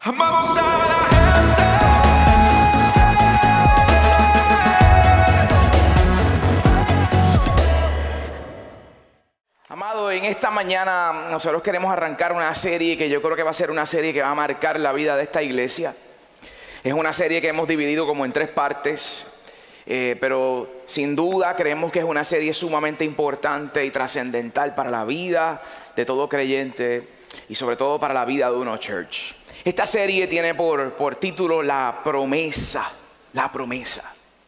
Amamos a la gente. Amado, en esta mañana nosotros queremos arrancar una serie que yo creo que va a ser una serie que va a marcar la vida de esta iglesia. Es una serie que hemos dividido como en 3 partes, pero sin duda creemos que es una serie sumamente importante y trascendental para la vida de todo creyente y sobre todo para la vida de Uno Church. Esta serie tiene por título La Promesa, la promesa.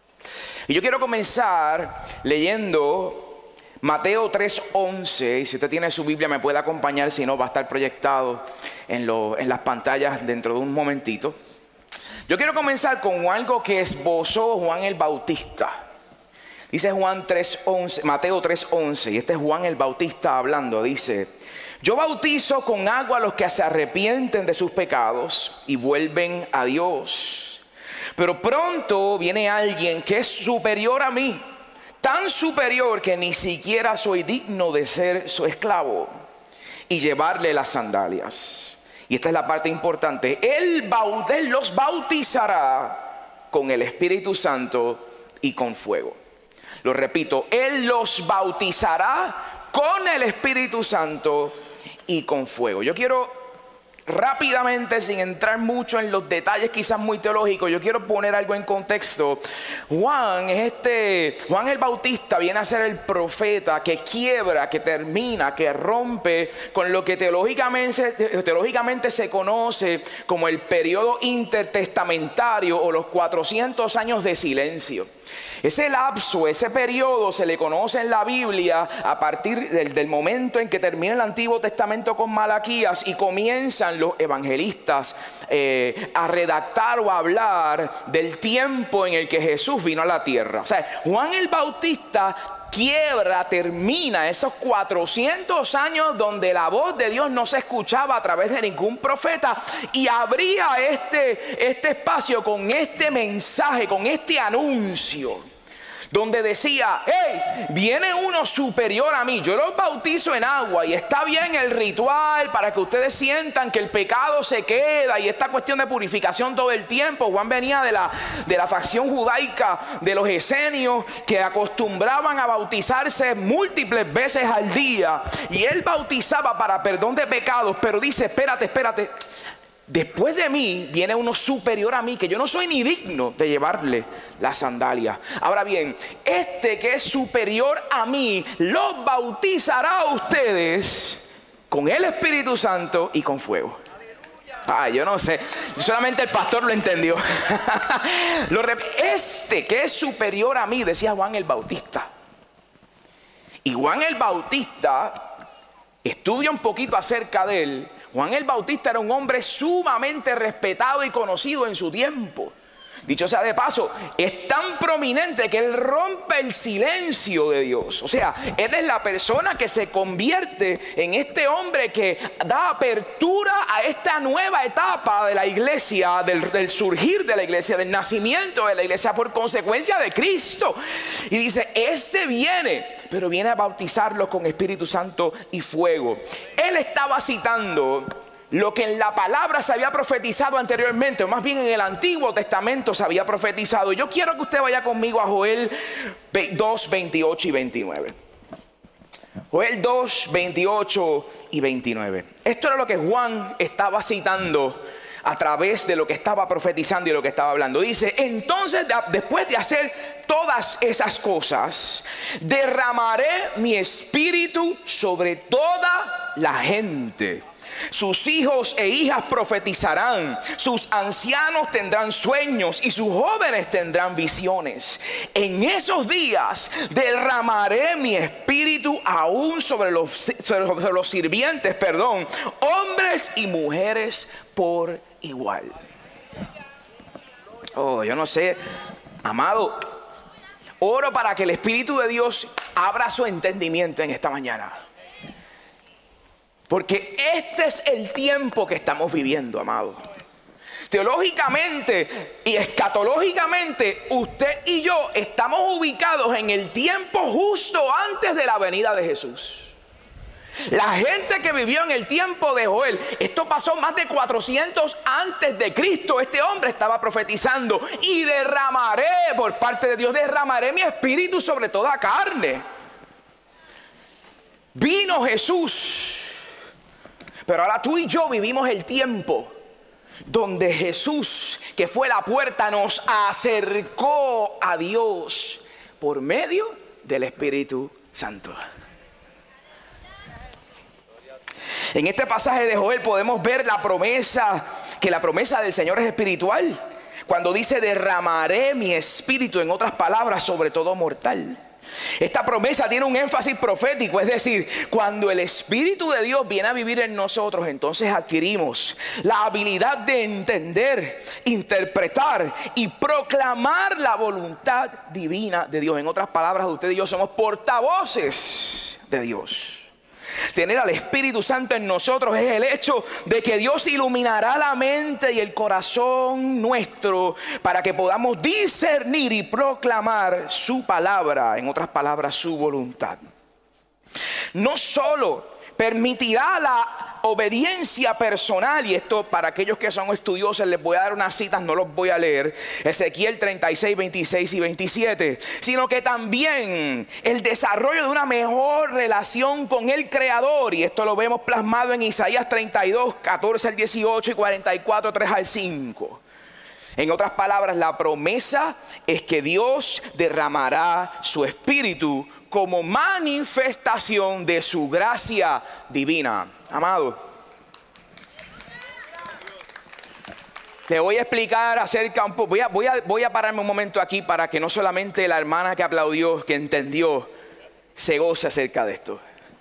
Y yo quiero comenzar leyendo Mateo 3:11, y si usted tiene su Biblia me puede acompañar, si no va a estar proyectado en las pantallas dentro de un momentito. Yo quiero comenzar con algo que esbozó Juan el Bautista. Dice Mateo 3:11, y este es Juan el Bautista hablando, dice: yo bautizo con agua a los que se arrepienten de sus pecados y vuelven a Dios. Pero pronto viene alguien que es superior a mí, tan superior que ni siquiera soy digno de ser su esclavo y llevarle las sandalias. Y esta es la parte importante. Él los bautizará con el Espíritu Santo y con fuego. Lo repito, Él los bautizará con el Espíritu Santo y con fuego. Yo quiero rápidamente, sin entrar mucho en los detalles quizás muy teológicos, yo quiero poner algo en contexto. Juan el Bautista viene a ser el profeta que quiebra, que termina, que rompe con lo que teológicamente se conoce como el periodo intertestamentario o los 400 años de silencio. Ese lapso, ese periodo se le conoce en la Biblia a partir del momento en que termina el Antiguo Testamento con Malaquías y comienzan los evangelistas a redactar o a hablar del tiempo en el que Jesús vino a la tierra. O sea, Juan el Bautista termina esos 400 años donde la voz de Dios no se escuchaba a través de ningún profeta, y abría este espacio con este mensaje, con este anuncio, donde decía: hey, viene uno superior a mí. Yo los bautizo en agua y está bien el ritual para que ustedes sientan que el pecado se queda y esta cuestión de purificación todo el tiempo. Juan venía de la facción judaica de los esenios, que acostumbraban a bautizarse múltiples veces al día, y él bautizaba para perdón de pecados, pero dice: espérate, después de mí viene uno superior a mí, que yo no soy ni digno de llevarle las sandalias. Ahora bien, este que es superior a mí los bautizará a ustedes con el Espíritu Santo y con fuego. Yo no sé, solamente el pastor lo entendió. Este que es superior a mí, decía Juan el Bautista. Y Juan el Bautista, estudia un poquito acerca de él. Juan el Bautista era un hombre sumamente respetado y conocido en su tiempo. Dicho sea de paso, es tan prominente que él rompe el silencio de Dios. O sea, él es la persona que se convierte en este hombre que da apertura a esta nueva etapa de la iglesia, del surgir de la iglesia, del nacimiento de la iglesia por consecuencia de Cristo. Y dice: este viene, pero viene a bautizarlos con Espíritu Santo y fuego. Él estaba citando lo que en la palabra se había profetizado anteriormente, o más bien en el Antiguo Testamento se había profetizado. Yo quiero que usted vaya conmigo a Joel 2, 28 y 29. Joel 2, 28 y 29. Esto era lo que Juan estaba citando a través de lo que estaba profetizando y lo que estaba hablando. Dice: entonces, después de hacer todas esas cosas, derramaré mi espíritu sobre toda la gente. Sus hijos e hijas profetizarán, sus ancianos tendrán sueños y sus jóvenes tendrán visiones. En esos días derramaré mi espíritu aún sobre los sirvientes, hombres y mujeres por igual. Yo no sé, amado, oro para que el Espíritu de Dios abra su entendimiento en esta mañana. Porque este es el tiempo que estamos viviendo, amado. Teológicamente y escatológicamente, usted y yo estamos ubicados en el tiempo justo antes de la venida de Jesús. La gente que vivió en el tiempo de Joel, esto pasó más de 400 antes de Cristo. Este hombre estaba profetizando: y derramaré, por parte de Dios, derramaré mi espíritu sobre toda carne. Vino Jesús, pero ahora tú y yo vivimos el tiempo donde Jesús, que fue la puerta, nos acercó a Dios por medio del Espíritu Santo. En este pasaje de Joel podemos ver la promesa, que la promesa del Señor es espiritual. Cuando dice: derramaré mi espíritu, en otras palabras, sobre todo mortal. Esta promesa tiene un énfasis profético, es decir, cuando el Espíritu de Dios viene a vivir en nosotros, entonces adquirimos la habilidad de entender, interpretar y proclamar la voluntad divina de Dios. En otras palabras, usted y yo somos portavoces de Dios. Tener al Espíritu Santo en nosotros es el hecho de que Dios iluminará la mente y el corazón nuestro para que podamos discernir y proclamar su palabra, en otras palabras, su voluntad. No solo permitirá la obediencia personal, y esto para aquellos que son estudiosos les voy a dar unas citas, no los voy a leer, Ezequiel 36, 26 y 27, sino que también el desarrollo de una mejor relación con el Creador, y esto lo vemos plasmado en Isaías 32, 14 al 18 y 44, 3 al 5. En otras palabras, la promesa es que Dios derramará su espíritu como manifestación de su gracia divina. Amado, le voy a explicar acerca un poco. Voy a pararme un momento aquí para que no solamente la hermana que aplaudió, que entendió, se goce acerca de esto.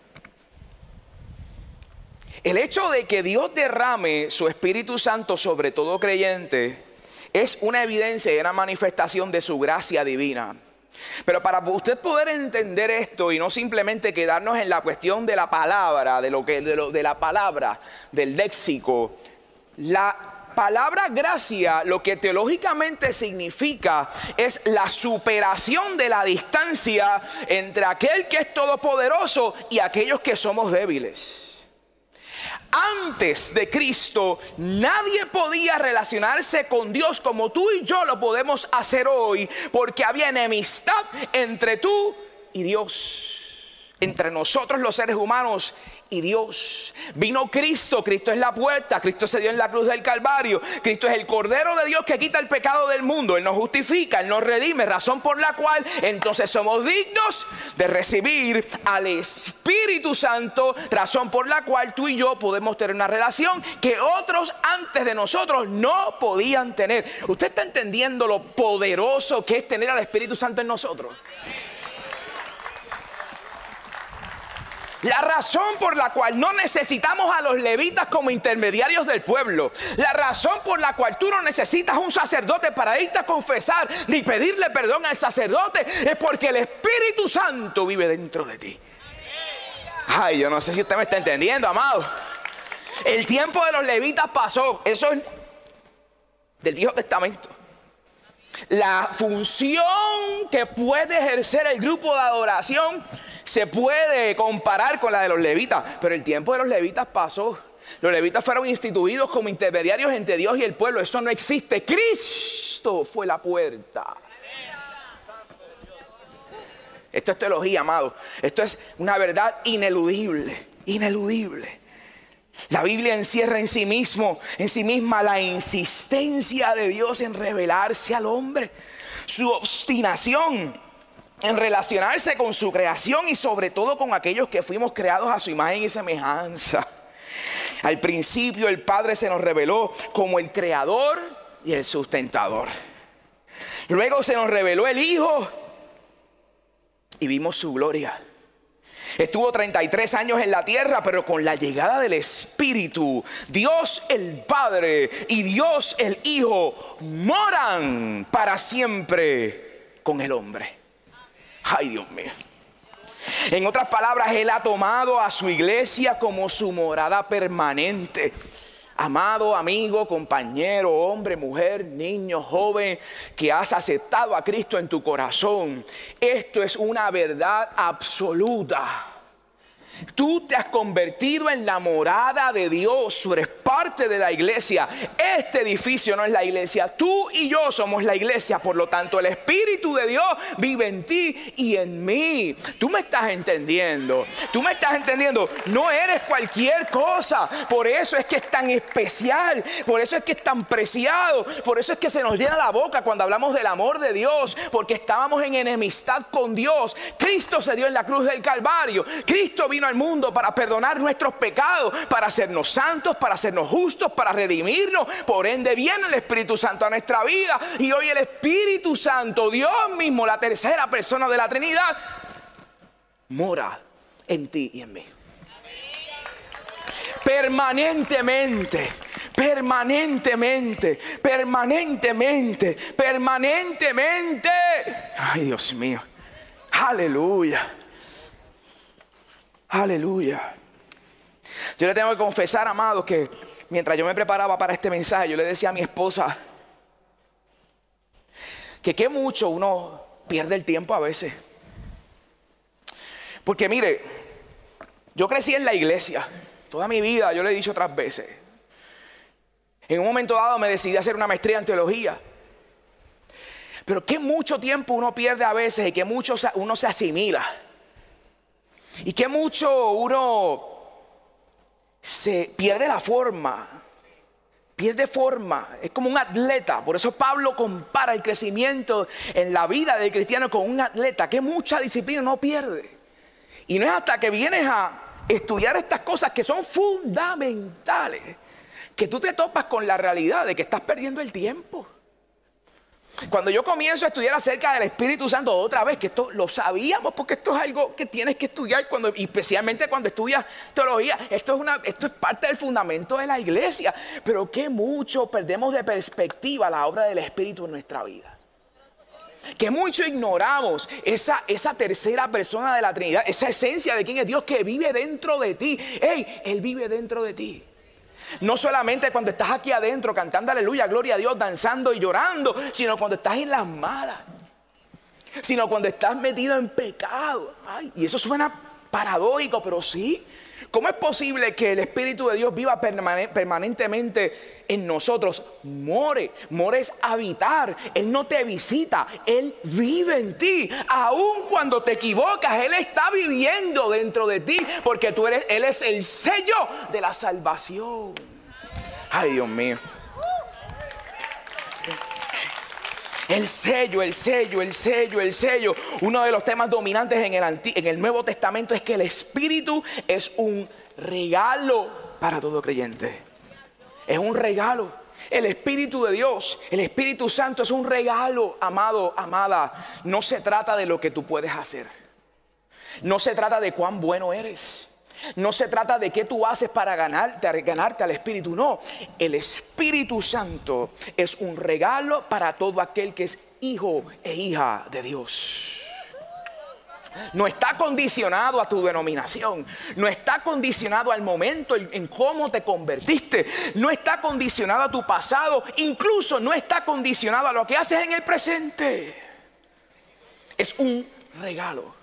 El hecho de que Dios derrame su Espíritu Santo sobre todo creyente es una evidencia y una manifestación de su gracia divina. Pero para usted poder entender esto y no simplemente quedarnos en la cuestión de la palabra, de la palabra, del léxico, la palabra gracia, lo que teológicamente significa es la superación de la distancia entre aquel que es todopoderoso y aquellos que somos débiles. Antes de Cristo, nadie podía relacionarse con Dios como tú y yo lo podemos hacer hoy, porque había enemistad entre tú y Dios, entre nosotros los seres humanos y Dios. Vino Cristo, Cristo es la puerta, Cristo se dio en la cruz del Calvario, Cristo es el Cordero de Dios que quita el pecado del mundo, Él nos justifica, Él nos redime, razón por la cual entonces somos dignos de recibir al Espíritu Santo, razón por la cual tú y yo podemos tener una relación que otros antes de nosotros no podían tener. ¿Usted está entendiendo lo poderoso que es tener al Espíritu Santo en nosotros? La razón por la cual no necesitamos a los levitas como intermediarios del pueblo, la razón por la cual tú no necesitas un sacerdote para irte a confesar ni pedirle perdón al sacerdote, es porque el Espíritu Santo vive dentro de ti. Ay, yo no sé si usted me está entendiendo, amado. El tiempo de los levitas pasó. Eso es del Viejo Testamento. La función que puede ejercer el grupo de adoración se puede comparar con la de los levitas, pero el tiempo de los levitas pasó. Los levitas fueron instituidos como intermediarios entre Dios y el pueblo. Eso no existe. Cristo fue la puerta. Esto es teología, amado. Esto es una verdad ineludible, ineludible. La Biblia encierra en sí misma la insistencia de Dios en revelarse al hombre, su obstinación en relacionarse con su creación y sobre todo con aquellos que fuimos creados a su imagen y semejanza. Al principio el Padre se nos reveló como el creador y el sustentador. Luego se nos reveló el Hijo y vimos su gloria. Estuvo 33 años en la tierra, pero con la llegada del Espíritu, Dios el Padre y Dios el Hijo moran para siempre con el hombre. Ay, Dios mío. En otras palabras, Él ha tomado a su iglesia como su morada permanente. Amado amigo, compañero, hombre, mujer, niño, joven, que has aceptado a Cristo en tu corazón, esto es una verdad absoluta. Tú te has convertido en la morada de Dios. Tú eres parte de la iglesia. Este edificio no es la iglesia. Tú y yo somos la iglesia. Por lo tanto, el Espíritu de Dios vive en ti y en mí. Tú me estás entendiendo. Tú me estás entendiendo. No eres cualquier cosa. Por eso es que es tan especial. Por eso es que es tan preciado. Por eso es que se nos llena la boca cuando hablamos del amor de Dios. Porque estábamos en enemistad con Dios. Cristo se dio en la cruz del Calvario. Cristo vino al mundo para perdonar nuestros pecados, para hacernos santos, para hacernos justos, para redimirnos. Por ende viene el Espíritu Santo a nuestra vida. Y hoy el Espíritu Santo, Dios mismo, la tercera persona de la Trinidad, mora en ti y en mí. Permanentemente, permanentemente, permanentemente, permanentemente. Ay, Dios mío. Aleluya. Aleluya. Yo le tengo que confesar, amados, que mientras yo me preparaba para este mensaje, yo le decía a mi esposa que qué mucho uno pierde el tiempo a veces. Porque mire, yo crecí en la iglesia toda mi vida, yo le he dicho otras veces. En un momento dado me decidí a hacer una maestría en teología. Pero qué mucho tiempo uno pierde a veces y qué mucho uno se asimila. Y que mucho uno se pierde la forma, pierde forma, es como un atleta. Por eso Pablo compara el crecimiento en la vida del cristiano con un atleta, que mucha disciplina no pierde. Y no es hasta que vienes a estudiar estas cosas que son fundamentales, que tú te topas con la realidad de que estás perdiendo el tiempo. Cuando yo comienzo a estudiar acerca del Espíritu Santo otra vez, que esto lo sabíamos porque esto es algo que tienes que estudiar y especialmente cuando estudias teología, esto es parte del fundamento de la iglesia. Pero que mucho perdemos de perspectiva la obra del Espíritu en nuestra vida. Que mucho ignoramos esa tercera persona de la Trinidad, esa esencia de quién es Dios que vive dentro de ti. Él vive dentro de ti. No solamente cuando estás aquí adentro cantando aleluya, gloria a Dios, danzando y llorando, sino cuando estás en las malas, sino cuando estás metido en pecado. Ay, y eso suena paradójico, pero sí. ¿Cómo es posible que el Espíritu de Dios viva permanentemente en nosotros? More es habitar. Él no te visita, Él vive en ti. Aun cuando te equivocas, Él está viviendo dentro de ti, porque Él es el sello de la salvación. Ay, Dios mío. El sello, el sello, el sello, el sello. Uno de los temas dominantes en el Nuevo Testamento es que el Espíritu es un regalo para todo creyente. Es un regalo. El Espíritu de Dios, el Espíritu Santo es un regalo, amado, amada. No se trata de lo que tú puedes hacer. No se trata de cuán bueno eres. No se trata de qué tú haces para ganarte al Espíritu. No, el Espíritu Santo es un regalo para todo aquel que es hijo e hija de Dios. No está condicionado a tu denominación. No está condicionado al momento en cómo te convertiste. No está condicionado a tu pasado. Incluso no está condicionado a lo que haces en el presente. Es un regalo.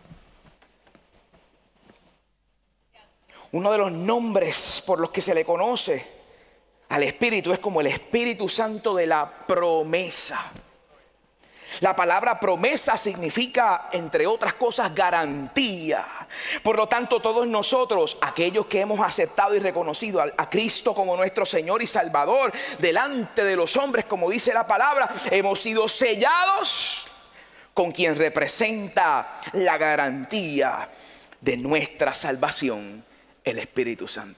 Uno de los nombres por los que se le conoce al Espíritu es como el Espíritu Santo de la promesa. La palabra promesa significa, entre otras cosas, garantía. Por lo tanto, todos nosotros, aquellos que hemos aceptado y reconocido a Cristo como nuestro Señor y Salvador, delante de los hombres, como dice la palabra, hemos sido sellados con quien representa la garantía de nuestra salvación, el Espíritu Santo.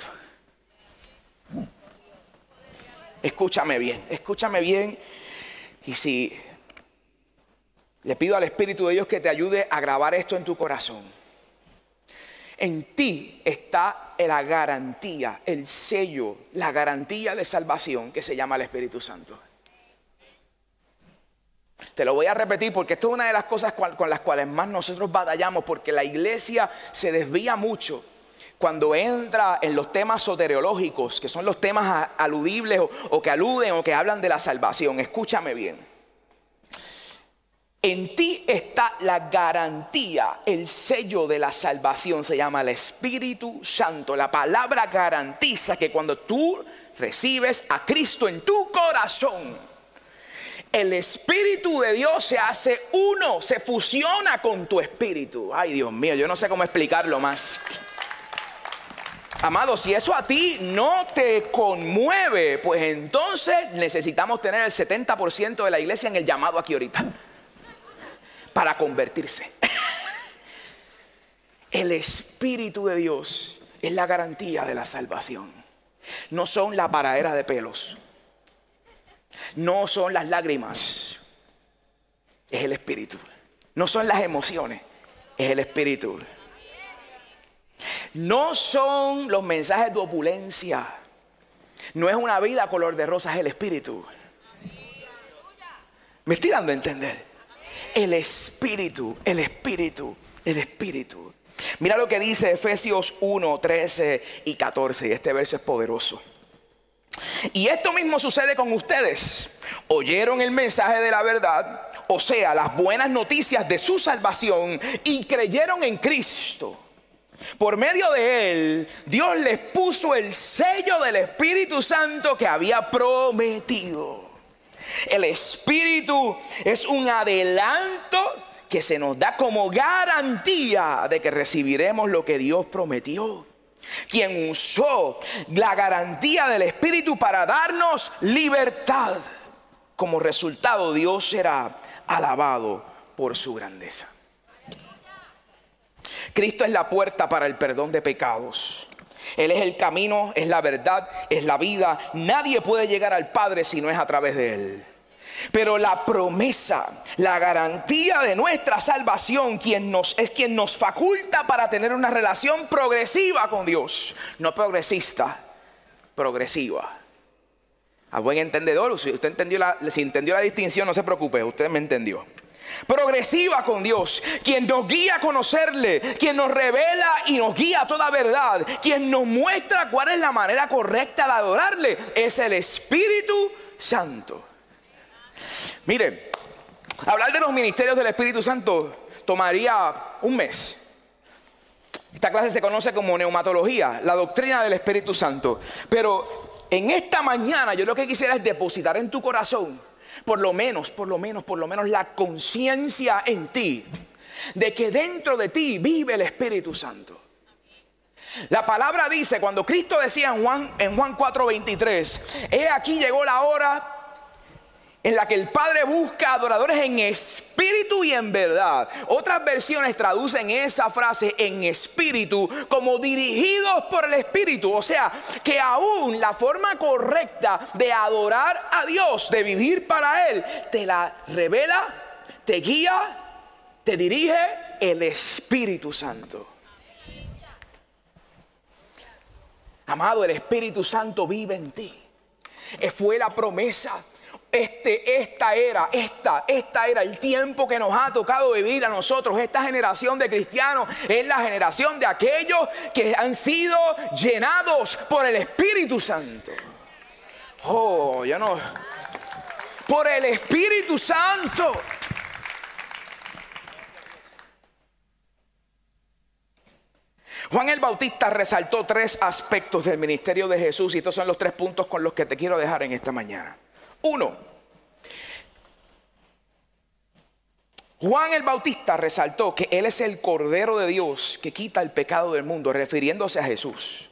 Escúchame bien. Y si le pido al Espíritu de Dios que te ayude a grabar esto en tu corazón. En ti está la garantía, el sello, la garantía de salvación que se llama el Espíritu Santo. Te lo voy a repetir porque esto es una de las cosas con las cuales más nosotros batallamos, porque la iglesia se desvía mucho cuando entra en los temas soteriológicos, que son los temas aludibles o que aluden o que hablan de la salvación. Escúchame bien. En ti está la garantía, el sello de la salvación, se llama el Espíritu Santo. La palabra garantiza que cuando tú recibes a Cristo en tu corazón, el Espíritu de Dios se hace uno, se fusiona con tu espíritu. Ay, Dios mío, yo no sé cómo explicarlo más. Amado, si eso a ti no te conmueve, pues entonces necesitamos tener el 70% de la iglesia en el llamado aquí ahorita para convertirse. El Espíritu de Dios es la garantía de la salvación. No son la paradera de pelos, no son las lágrimas, es el Espíritu. No son las emociones, es el Espíritu. No son los mensajes de opulencia, no es una vida color de rosa, es el Espíritu. ¿Me estoy dando a entender? El Espíritu, el Espíritu, el Espíritu. Mira lo que dice Efesios 1, 13 y 14. Y este verso es poderoso. Y esto mismo sucede con ustedes. Oyeron el mensaje de la verdad, o sea, las buenas noticias de su salvación, y creyeron en Cristo. Por medio de él, Dios les puso el sello del Espíritu Santo que había prometido. El Espíritu es un adelanto que se nos da como garantía de que recibiremos lo que Dios prometió. Quien usó la garantía del Espíritu para darnos libertad. Como resultado, Dios será alabado por su grandeza. Cristo es la puerta para el perdón de pecados. Él es el camino, es la verdad, es la vida. Nadie puede llegar al Padre si no es a través de Él. Pero la promesa, la garantía de nuestra salvación, es quien nos faculta para tener una relación progresiva con Dios. No progresista, progresiva. A buen entendedor, si usted entendió la distinción, no se preocupe, usted me entendió. Progresiva con Dios, quien nos guía a conocerle, quien nos revela y nos guía a toda verdad, quien nos muestra cuál es la manera correcta de adorarle, es el Espíritu Santo. Miren, hablar de los ministerios del Espíritu Santo tomaría un mes. Esta clase se conoce como neumatología, la doctrina del Espíritu Santo. Pero en esta mañana yo lo que quisiera es depositar en tu corazón por lo menos la conciencia en ti de que dentro de ti vive el Espíritu Santo. La palabra dice, cuando Cristo decía en Juan 4:23, he aquí llegó la hora en la que el Padre busca adoradores en espíritu y en verdad. Otras versiones traducen esa frase en espíritu como dirigidos por el Espíritu. O sea, que aún la forma correcta de adorar a Dios, de vivir para Él, te la revela, te guía, te dirige el Espíritu Santo. Amado, el Espíritu Santo vive en ti. Fue la promesa. Esta era el tiempo que nos ha tocado vivir a nosotros. Esta generación de cristianos es la generación de aquellos que han sido llenados por el Espíritu Santo. Por el Espíritu Santo. Juan el Bautista resaltó 3 aspectos del ministerio de Jesús, y estos son los 3 puntos con los que te quiero dejar en esta mañana. 1. Juan el Bautista resaltó que Él es el Cordero de Dios que quita el pecado del mundo, refiriéndose a Jesús.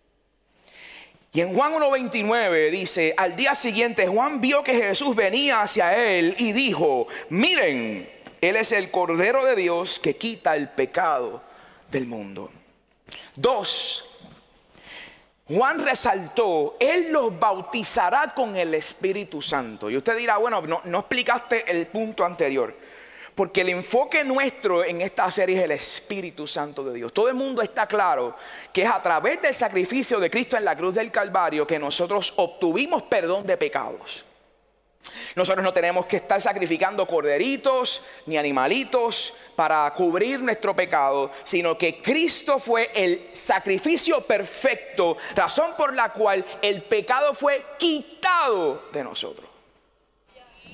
Y en Juan 1:29 dice, al día siguiente Juan vio que Jesús venía hacia él y dijo, miren, Él es el Cordero de Dios que quita el pecado del mundo. 2. Juan resaltó, Él los bautizará con el Espíritu Santo. Y usted dirá, bueno, no explicaste el punto anterior. Porque el enfoque nuestro en esta serie es el Espíritu Santo de Dios. Todo el mundo está claro que es a través del sacrificio de Cristo en la cruz del Calvario que nosotros obtuvimos perdón de pecados. Nosotros no tenemos que estar sacrificando corderitos ni animalitos para cubrir nuestro pecado, sino que Cristo fue el sacrificio perfecto, razón por la cual el pecado fue quitado de nosotros.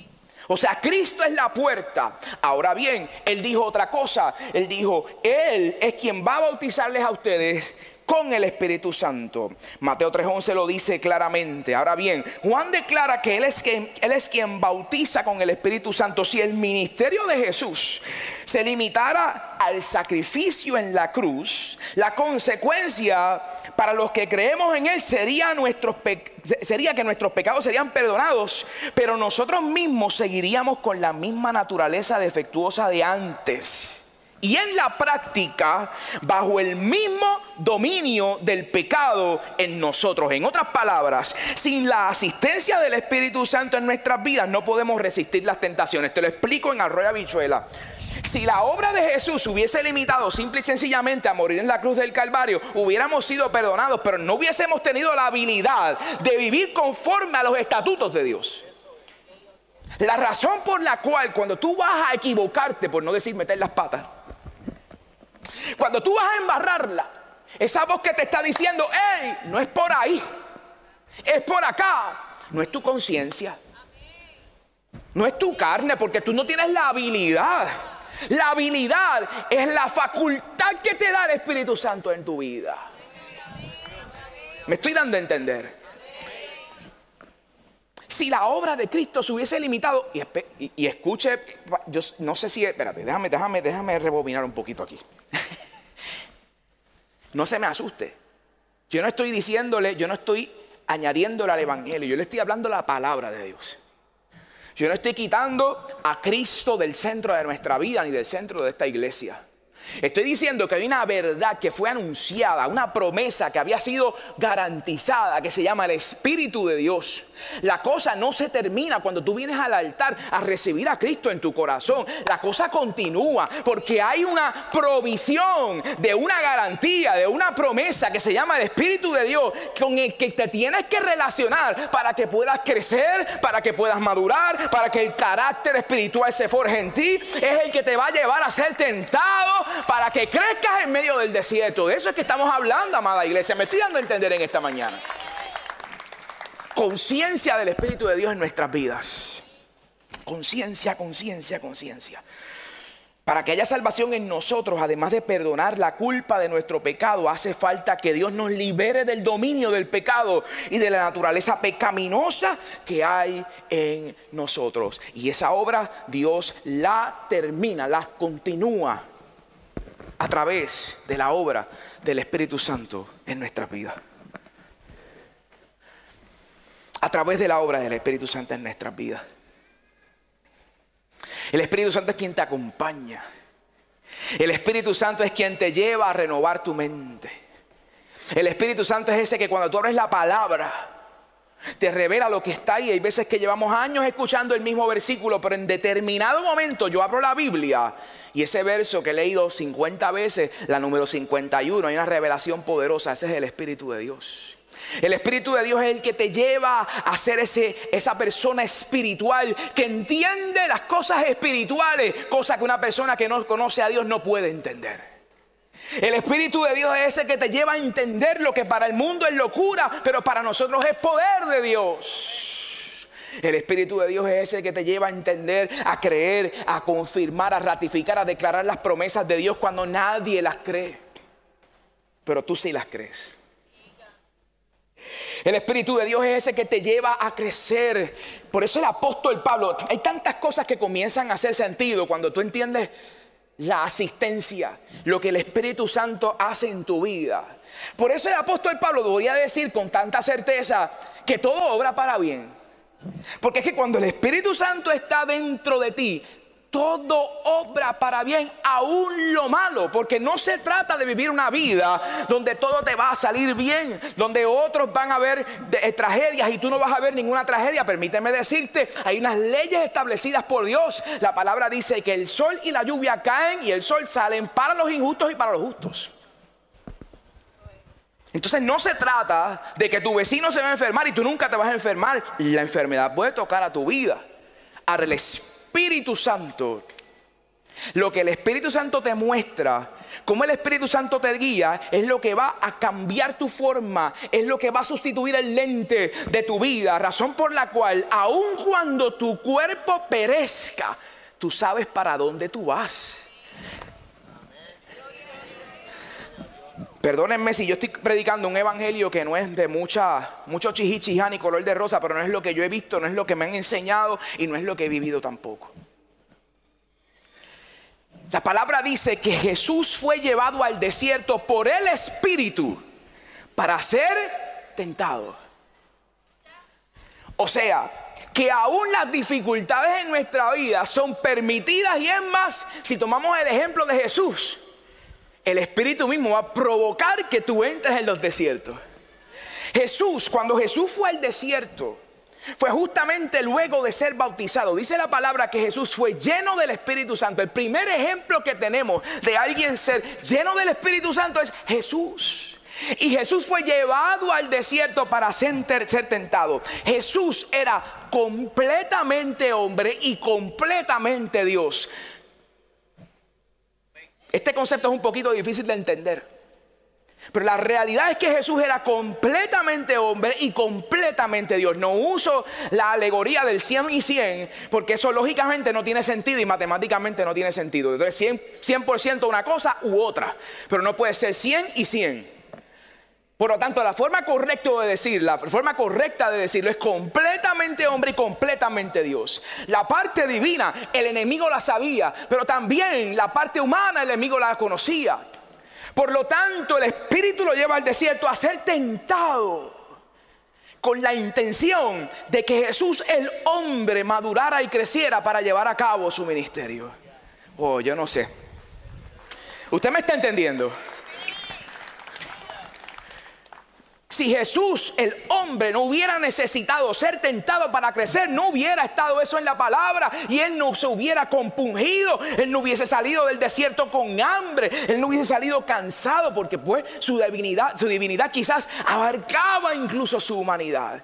O sea, Cristo es la puerta. Ahora bien, Él dijo otra cosa. Él dijo, Él es quien va a bautizarles a ustedes con el Espíritu Santo. Mateo 3:11 lo dice claramente. Ahora bien, Juan declara que Él es quien bautiza con el Espíritu Santo. Si el ministerio de Jesús se limitara al sacrificio en la cruz, la consecuencia para los que creemos en Él sería que nuestros pecados serían perdonados, pero nosotros mismos seguiríamos con la misma naturaleza defectuosa de antes. Y en la práctica, bajo el mismo dominio del pecado en nosotros. En otras palabras, sin la asistencia del Espíritu Santo en nuestras vidas, no podemos resistir las tentaciones. Te lo explico en arroyo habichuela. Si la obra de Jesús hubiese limitado simple y sencillamente a morir en la cruz del Calvario, hubiéramos sido perdonados, pero no hubiésemos tenido la habilidad de vivir conforme a los estatutos de Dios. La razón por la cual cuando tú vas a equivocarte, por no decir meter las patas, cuando tú vas a embarrarla, esa voz que te está diciendo, hey, no es por ahí, es por acá, no es tu conciencia, no es tu carne, porque tú no tienes la habilidad. La habilidad es la facultad que te da el Espíritu Santo en tu vida. ¿Me estoy dando a entender? Si la obra de Cristo se hubiese limitado, y escuche, yo no sé si, espérate, déjame rebobinar un poquito aquí. No se me asuste. Yo no estoy añadiéndole al evangelio, yo le estoy hablando la palabra de Dios. Yo no estoy quitando a Cristo del centro de nuestra vida ni del centro de esta iglesia. Estoy diciendo que hay una verdad que fue anunciada, una promesa que había sido garantizada, que se llama el Espíritu de Dios. La cosa no se termina cuando tú vienes al altar a recibir a Cristo en tu corazón. La cosa continúa porque hay una provisión de una garantía, de una promesa que se llama el Espíritu de Dios, con el que te tienes que relacionar para que puedas crecer, para que puedas madurar, para que el carácter espiritual se forje en ti. Es el que te va a llevar a ser tentado para que crezcas en medio del desierto. De eso es que estamos hablando, amada iglesia. Me estoy dando a entender en esta mañana. Conciencia del Espíritu de Dios en nuestras vidas. Conciencia. Para que haya salvación en nosotros, además de perdonar la culpa de nuestro pecado, hace falta que Dios nos libere del dominio del pecado y de la naturaleza pecaminosa que hay en nosotros. Y esa obra Dios la termina, la continúa a través de la obra del Espíritu Santo en nuestras vidas. A través de la obra del Espíritu Santo en nuestras vidas. El Espíritu Santo es quien te acompaña. El Espíritu Santo es quien te lleva a renovar tu mente. El Espíritu Santo es ese que cuando tú abres la palabra te revela lo que está ahí. Hay veces que llevamos años escuchando el mismo versículo, pero en determinado momento yo abro la Biblia y ese verso que he leído 50 veces, la número 51, hay una revelación poderosa. Ese es el Espíritu de Dios. El Espíritu de Dios es el que te lleva a ser esa persona espiritual que entiende las cosas espirituales, cosa que una persona que no conoce a Dios no puede entender. El Espíritu de Dios es ese que te lleva a entender lo que para el mundo es locura, pero para nosotros es poder de Dios. El Espíritu de Dios es ese que te lleva a entender, a creer, a confirmar, a ratificar, a declarar las promesas de Dios cuando nadie las cree, pero tú sí las crees. El Espíritu de Dios es ese que te lleva a crecer. Por eso el apóstol Pablo, hay tantas cosas que comienzan a hacer sentido cuando tú entiendes la asistencia, lo que el Espíritu Santo hace en tu vida. Por eso el apóstol Pablo debería decir con tanta certeza que todo obra para bien. Porque es que cuando el Espíritu Santo está dentro de ti, todo obra para bien, aún lo malo. Porque no se trata de vivir una vida donde todo te va a salir bien, donde otros van a ver tragedias y tú no vas a ver ninguna tragedia. Permíteme decirte, hay unas leyes establecidas por Dios. La palabra dice que el sol y la lluvia caen y el sol salen para los injustos y para los justos. Entonces no se trata de que tu vecino se va a enfermar y tú nunca te vas a enfermar. La enfermedad puede tocar a tu vida. Ahora el Espíritu Santo, lo que el Espíritu Santo te muestra cómo el Espíritu Santo te guía, es lo que va a cambiar tu forma, es lo que va a sustituir el lente de tu vida. Razón por la cual, aun cuando tu cuerpo perezca, tú sabes para dónde tú vas. Perdónenme si yo estoy predicando un evangelio que no es de mucho chichichiján y color de rosa, pero no es lo que yo he visto, no es lo que me han enseñado y no es lo que he vivido tampoco. La palabra dice que Jesús fue llevado al desierto por el Espíritu para ser tentado. O sea, que aún las dificultades en nuestra vida son permitidas, y es más, si tomamos el ejemplo de Jesús, el Espíritu mismo va a provocar que tú entres en los desiertos. Cuando Jesús fue al desierto, fue justamente luego de ser bautizado. Dice la palabra que Jesús fue lleno del Espíritu Santo. El primer ejemplo que tenemos de alguien ser lleno del Espíritu Santo es Jesús. Y Jesús fue llevado al desierto para ser tentado. Jesús era completamente hombre y completamente Dios. Este concepto es un poquito difícil de entender, pero la realidad es que Jesús era completamente hombre y completamente Dios. No uso la alegoría del 100 y 100, porque eso lógicamente no tiene sentido y matemáticamente no tiene sentido. Entonces 100% una cosa u otra, pero no puede ser 100 y 100. Por lo tanto, la forma correcta de decirlo es completamente hombre y completamente Dios. La parte divina, el enemigo la sabía, pero también la parte humana, el enemigo la conocía. Por lo tanto, el Espíritu lo lleva al desierto a ser tentado, con la intención de que Jesús, el hombre, madurara y creciera para llevar a cabo su ministerio. Oh, yo no sé. ¿Usted me está entendiendo? Si Jesús, el hombre, no hubiera necesitado ser tentado para crecer, no hubiera estado eso en la palabra y Él no se hubiera compungido, Él no hubiese salido del desierto con hambre, Él no hubiese salido cansado, porque pues su divinidad quizás abarcaba incluso su humanidad.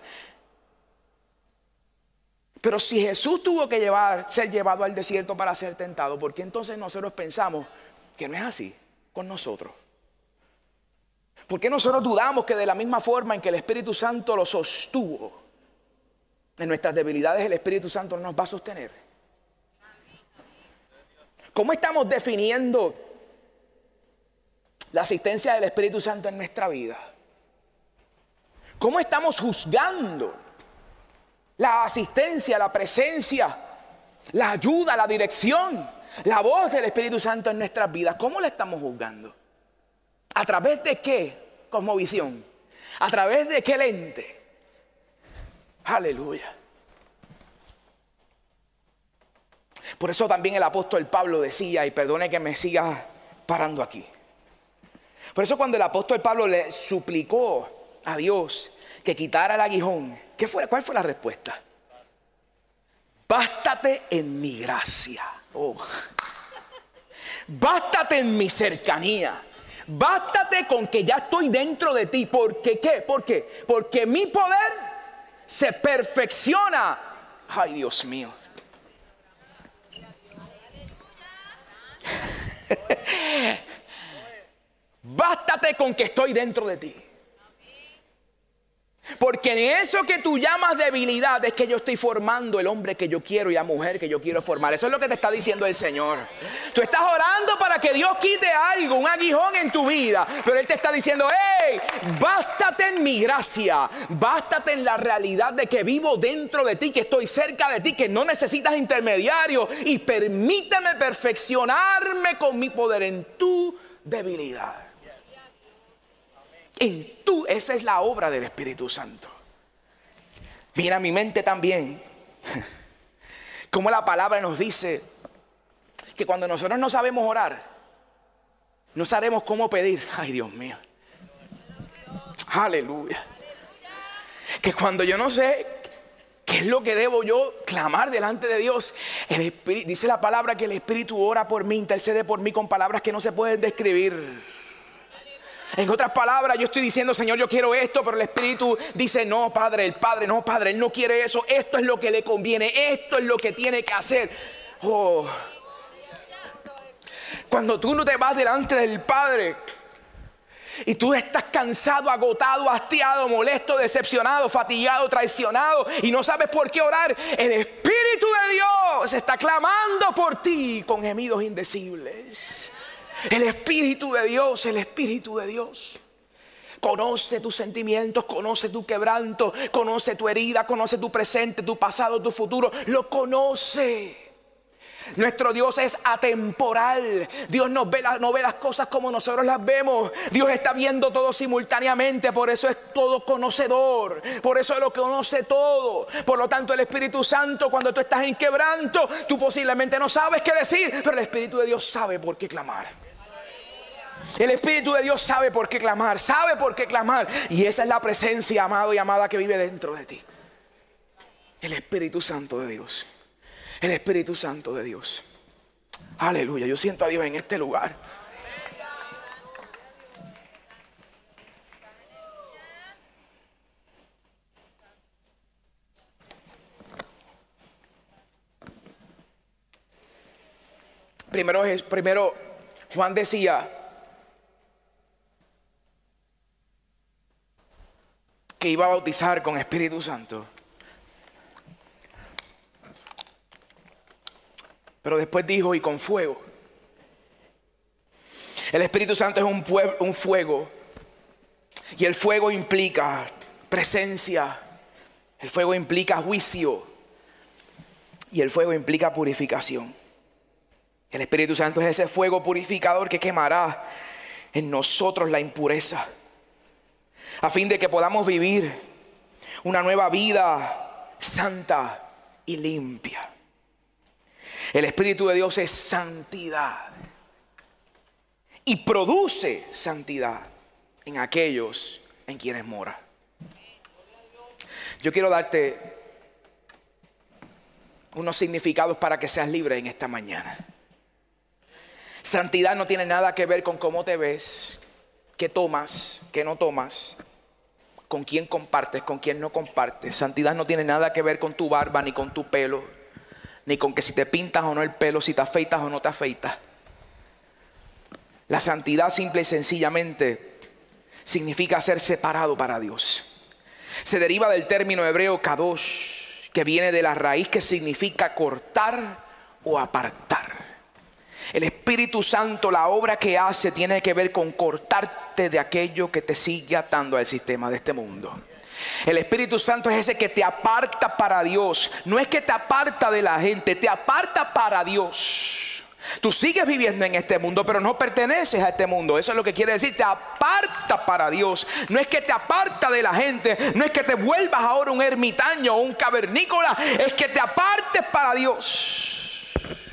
Pero si Jesús tuvo que ser llevado al desierto para ser tentado, ¿por qué entonces nosotros pensamos que no es así con nosotros? ¿Por qué nosotros dudamos que de la misma forma en que el Espíritu Santo lo sostuvo, en nuestras debilidades el Espíritu Santo no nos va a sostener? ¿Cómo estamos definiendo la asistencia del Espíritu Santo en nuestra vida? ¿Cómo estamos juzgando la asistencia, la presencia, la ayuda, la dirección, la voz del Espíritu Santo en nuestras vidas? ¿Cómo la estamos juzgando? ¿A través de qué cosmovisión? ¿A través de qué lente? Aleluya. Por eso también el apóstol Pablo decía, y perdone que me siga parando aquí, por eso cuando el apóstol Pablo le suplicó a Dios que quitara el aguijón, ¿cuál fue la respuesta? Bástate en mi gracia. Oh. Bástate en mi cercanía. Bástate con que ya estoy dentro de ti. ¿Por qué? Porque mi poder se perfecciona. Ay, Dios mío. Bástate con que estoy dentro de ti. Porque en eso que tú llamas debilidad es que yo estoy formando el hombre que yo quiero y la mujer que yo quiero formar. Eso es lo que te está diciendo el Señor. Tú estás orando para que Dios quite algo, un aguijón en tu vida, pero Él te está diciendo, hey, bástate en mi gracia, bástate en la realidad de que vivo dentro de ti, que estoy cerca de ti, que no necesitas intermediario, y permíteme perfeccionarme con mi poder en tu debilidad. Esa es la obra del Espíritu Santo. Mira mi mente también, como la palabra nos dice que cuando nosotros no sabemos orar, no sabemos cómo pedir. Ay, Dios mío. Aleluya. Que cuando yo no sé qué es lo que debo yo clamar delante de Dios, dice la palabra que el Espíritu ora por mí, intercede por mí con palabras que no se pueden describir. En otras palabras, yo estoy diciendo, Señor, yo quiero esto, pero el Espíritu dice, no, Padre, Él no quiere eso. Esto es lo que le conviene, esto es lo que tiene que hacer. Oh. Cuando tú no te vas delante del Padre y tú estás cansado, agotado, hastiado, molesto, decepcionado, fatigado, traicionado y no sabes por qué orar, el Espíritu de Dios está clamando por ti con gemidos indecibles. El Espíritu de Dios, el Espíritu de Dios conoce tus sentimientos, conoce tu quebranto, conoce tu herida, conoce tu presente, tu pasado, tu futuro. Lo conoce. Nuestro Dios es atemporal. Dios no ve las cosas como nosotros las vemos. Dios está viendo todo simultáneamente. Por eso es todo conocedor. Por eso lo conoce todo. Por lo tanto, el Espíritu Santo, cuando tú estás en quebranto, tú posiblemente no sabes qué decir, pero el Espíritu de Dios sabe por qué clamar. El Espíritu de Dios sabe por qué clamar. Sabe por qué clamar. Y esa es la presencia, amado y amada, que vive dentro de ti. El Espíritu Santo de Dios. El Espíritu Santo de Dios. Aleluya. Yo siento a Dios en este lugar. Primero Juan decía que iba a bautizar con Espíritu Santo. Pero después dijo, y con fuego. El Espíritu Santo es un fuego. Y el fuego implica presencia. El fuego implica juicio. Y el fuego implica purificación. El Espíritu Santo es ese fuego purificador que quemará en nosotros la impureza, a fin de que podamos vivir una nueva vida santa y limpia. El Espíritu de Dios es santidad y produce santidad en aquellos en quienes mora. Yo quiero darte unos significados para que seas libre en esta mañana. Santidad no tiene nada que ver con cómo te ves, qué tomas, qué no tomas, con quién compartes, con quién no compartes. Santidad no tiene nada que ver con tu barba ni con tu pelo, ni con que si te pintas o no el pelo, si te afeitas o no te afeitas. La santidad simple y sencillamente significa ser separado para Dios. Se deriva del término hebreo kadosh, que viene de la raíz que significa cortar o apartar. El Espíritu Santo, la obra que hace tiene que ver con cortarte de aquello que te sigue atando al sistema de este mundo. El Espíritu Santo es ese que te aparta para Dios. No es que te aparta de la gente, te aparta para Dios. Tú sigues viviendo en este mundo, pero no perteneces a este mundo. Eso es lo que quiere decir, te aparta para Dios. No es que te aparta de la gente, no es que te vuelvas ahora un ermitaño o un cavernícola, es que te apartes para Dios.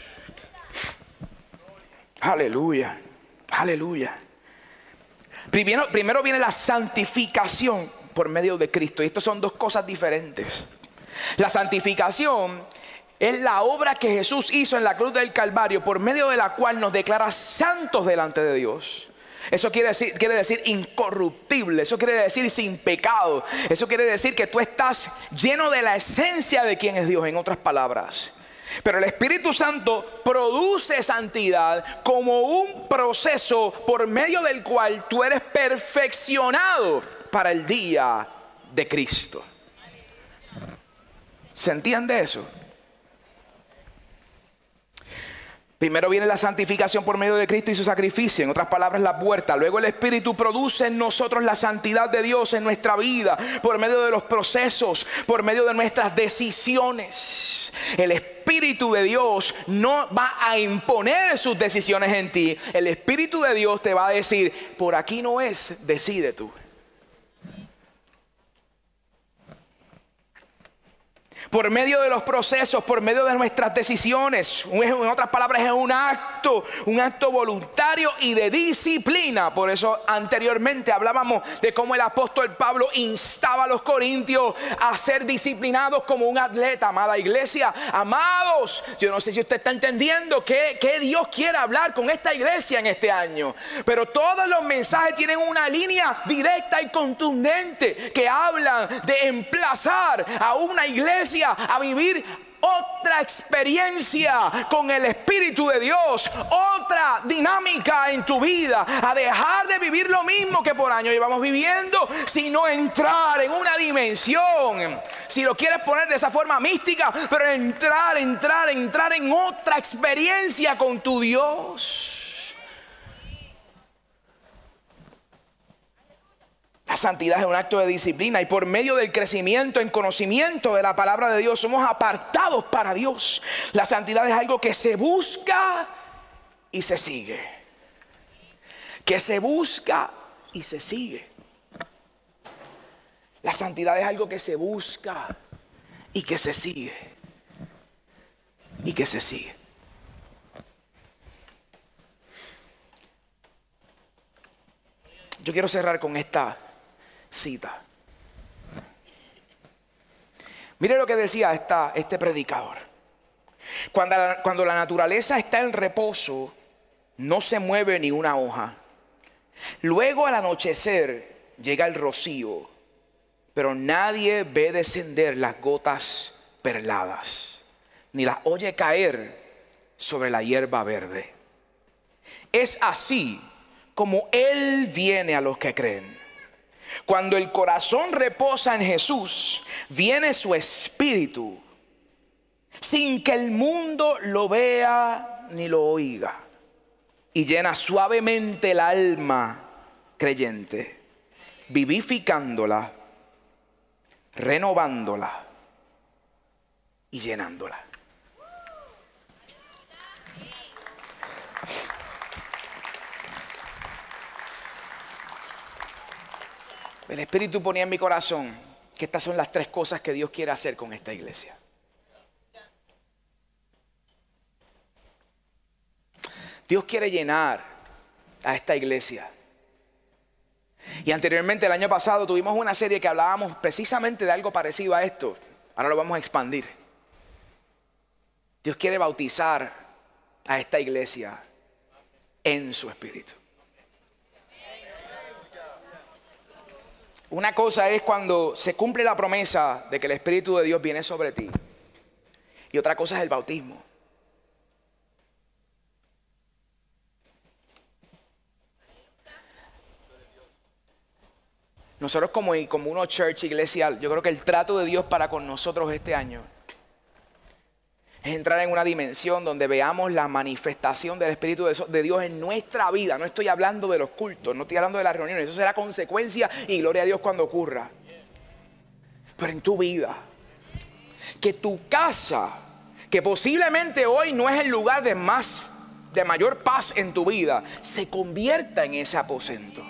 Aleluya, aleluya. Primero viene la santificación por medio de Cristo. Y estas son dos cosas diferentes. La santificación es la obra que Jesús hizo en la cruz del Calvario, por medio de la cual nos declara santos delante de Dios. Eso quiere decir incorruptible. Eso quiere decir sin pecado. Eso quiere decir que tú estás lleno de la esencia de quién es Dios, en otras palabras. Pero el Espíritu Santo produce santidad como un proceso por medio del cual tú eres perfeccionado para el día de Cristo. ¿Se entiende eso? Primero viene la santificación por medio de Cristo y su sacrificio, en otras palabras la puerta. Luego el Espíritu produce en nosotros la santidad de Dios en nuestra vida, por medio de los procesos, por medio de nuestras decisiones. El Espíritu de Dios no va a imponer sus decisiones en ti. El Espíritu de Dios te va a decir, por aquí no es, decide tú. Por medio de los procesos, por medio de nuestras decisiones. En otras palabras, es un acto voluntario y de disciplina. Por eso anteriormente hablábamos de cómo el apóstol Pablo instaba a los corintios a ser disciplinados como un atleta. Amada iglesia, amados, yo no sé si usted está entendiendo qué Dios quiere hablar con esta iglesia en este año. Pero todos los mensajes tienen una línea directa y contundente que hablan de emplazar a una iglesia a vivir otra experiencia con el Espíritu de Dios, otra dinámica en tu vida, a dejar de vivir lo mismo que por años llevamos viviendo, sino entrar en una dimensión, si lo quieres poner de esa forma mística, pero entrar en otra experiencia con tu Dios. La santidad es un acto de disciplina y por medio del crecimiento en conocimiento de la palabra de Dios somos apartados para Dios. La santidad es algo que se busca y se sigue. Que se busca y se sigue. La santidad es algo que se busca y que se sigue. Y que se sigue. Yo quiero cerrar con esta cita. Mire lo que decía este predicador. Cuando la naturaleza está en reposo, no se mueve ni una hoja. Luego al anochecer llega el rocío, pero nadie ve descender las gotas perladas, ni las oye caer sobre la hierba verde. Es así como Él viene a los que creen. Cuando el corazón reposa en Jesús, viene su espíritu, sin que el mundo lo vea ni lo oiga, y llena suavemente el alma creyente, vivificándola, renovándola y llenándola. El Espíritu ponía en mi corazón que estas son las 3 cosas que Dios quiere hacer con esta iglesia. Dios quiere llenar a esta iglesia. Y anteriormente, el año pasado, tuvimos una serie que hablábamos precisamente de algo parecido a esto. Ahora lo vamos a expandir. Dios quiere bautizar a esta iglesia en su Espíritu. Una cosa es cuando se cumple la promesa de que el Espíritu de Dios viene sobre ti. Y otra cosa es el bautismo. Nosotros como una church iglesia, yo creo que el trato de Dios para con nosotros este año es entrar en una dimensión donde veamos la manifestación del Espíritu de Dios en nuestra vida. No estoy hablando de los cultos, no estoy hablando de las reuniones. Eso será consecuencia y gloria a Dios cuando ocurra. Pero en tu vida, que tu casa, que posiblemente hoy no es el lugar de mayor paz en tu vida, se convierta en ese aposento.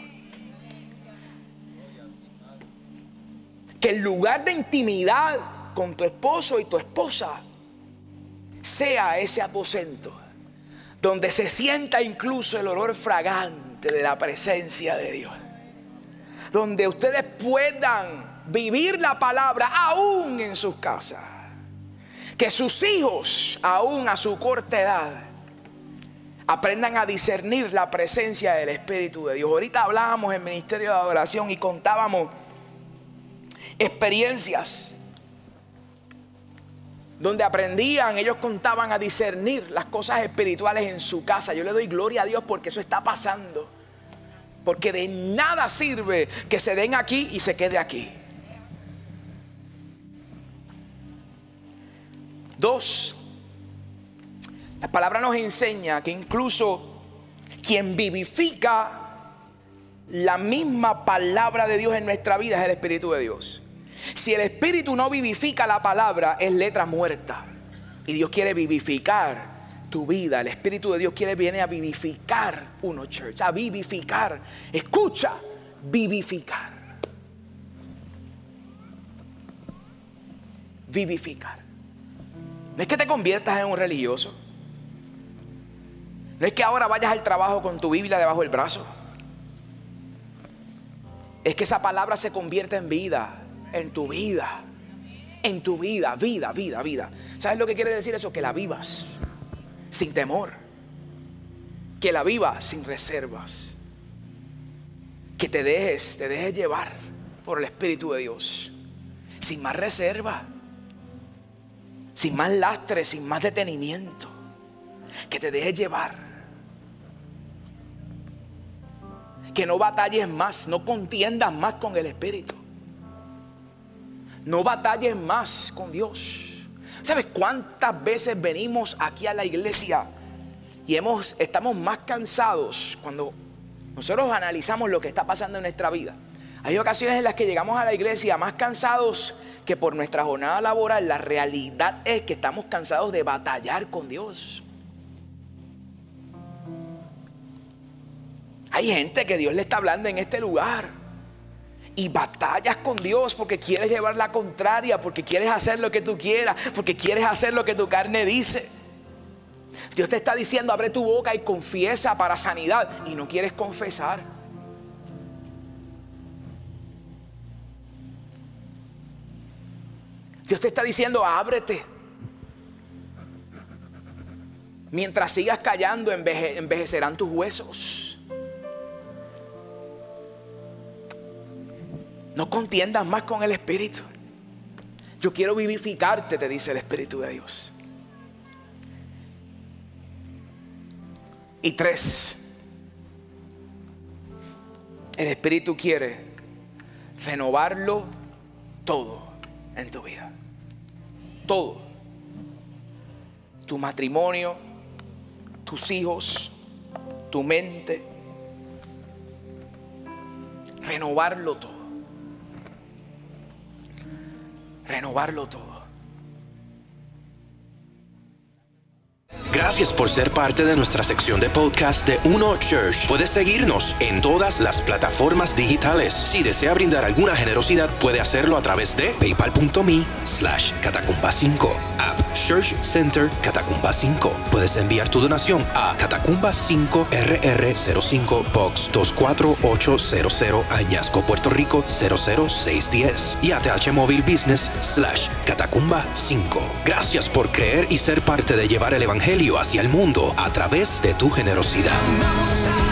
Que el lugar de intimidad con tu esposo y tu esposa sea ese aposento donde se sienta incluso el olor fragante de la presencia de Dios, donde ustedes puedan vivir la palabra aún en sus casas, que sus hijos aún a su corta edad aprendan a discernir la presencia del Espíritu de Dios. Ahorita hablábamos en Ministerio de Adoración y contábamos experiencias donde ellos contaban a discernir las cosas espirituales en su casa. Yo le doy gloria a Dios porque eso está pasando. Porque de nada sirve que se den aquí y se quede aquí. 2, la palabra nos enseña que incluso quien vivifica la misma palabra de Dios en nuestra vida es el Espíritu de Dios. Si el Espíritu no vivifica la palabra, es letra muerta. Y Dios quiere vivificar tu vida. El Espíritu de Dios viene a vivificar church, a vivificar. Escucha, vivificar. Vivificar. No es que te conviertas en un religioso. No es que ahora vayas al trabajo con tu Biblia debajo del brazo. Es que esa palabra se convierta en vida. En tu vida. En tu vida. Vida. ¿Sabes lo que quiere decir eso? Que la vivas sin temor. Que la vivas sin reservas. Que te dejes llevar por el Espíritu de Dios. Sin más reserva. sin más lastre, sin más detenimiento, que te dejes llevar, que no batalles más, no contiendas más con el Espíritu, no batalles más con Dios. ¿Sabes cuántas veces venimos aquí a la iglesia y estamos más cansados cuando nosotros analizamos lo que está pasando en nuestra vida? Hay ocasiones en las que llegamos a la iglesia más cansados que por nuestra jornada laboral. La realidad es que estamos cansados de batallar con Dios. Hay gente que Dios le está hablando en este lugar y batallas con Dios porque quieres llevar la contraria, porque quieres hacer lo que tú quieras, porque quieres hacer lo que tu carne dice. Dios te está diciendo: abre tu boca y confiesa para sanidad, y no quieres confesar. Dios te está diciendo: ábrete. Mientras sigas callando, envejecerán tus huesos. No contiendas más con el Espíritu. Yo quiero vivificarte, te dice el Espíritu de Dios. Y 3, el Espíritu quiere renovarlo todo en tu vida. Todo. Tu matrimonio, tus hijos, tu mente. Renovarlo todo. Renovarlo todo. Gracias por ser parte de nuestra sección de podcast de Uno Church. Puedes seguirnos en todas las plataformas digitales. Si desea brindar alguna generosidad, puede hacerlo a través de paypal.me/catacumba5, app Church Center Catacumba 5. Puedes enviar tu donación a Catacumba 5 RR05 Box 24800 Añasco, Puerto Rico 00610 y ATH Móvil Business /Catacumba 5. Gracias por creer y ser parte de llevar el Evangelio hacia el mundo a través de tu generosidad.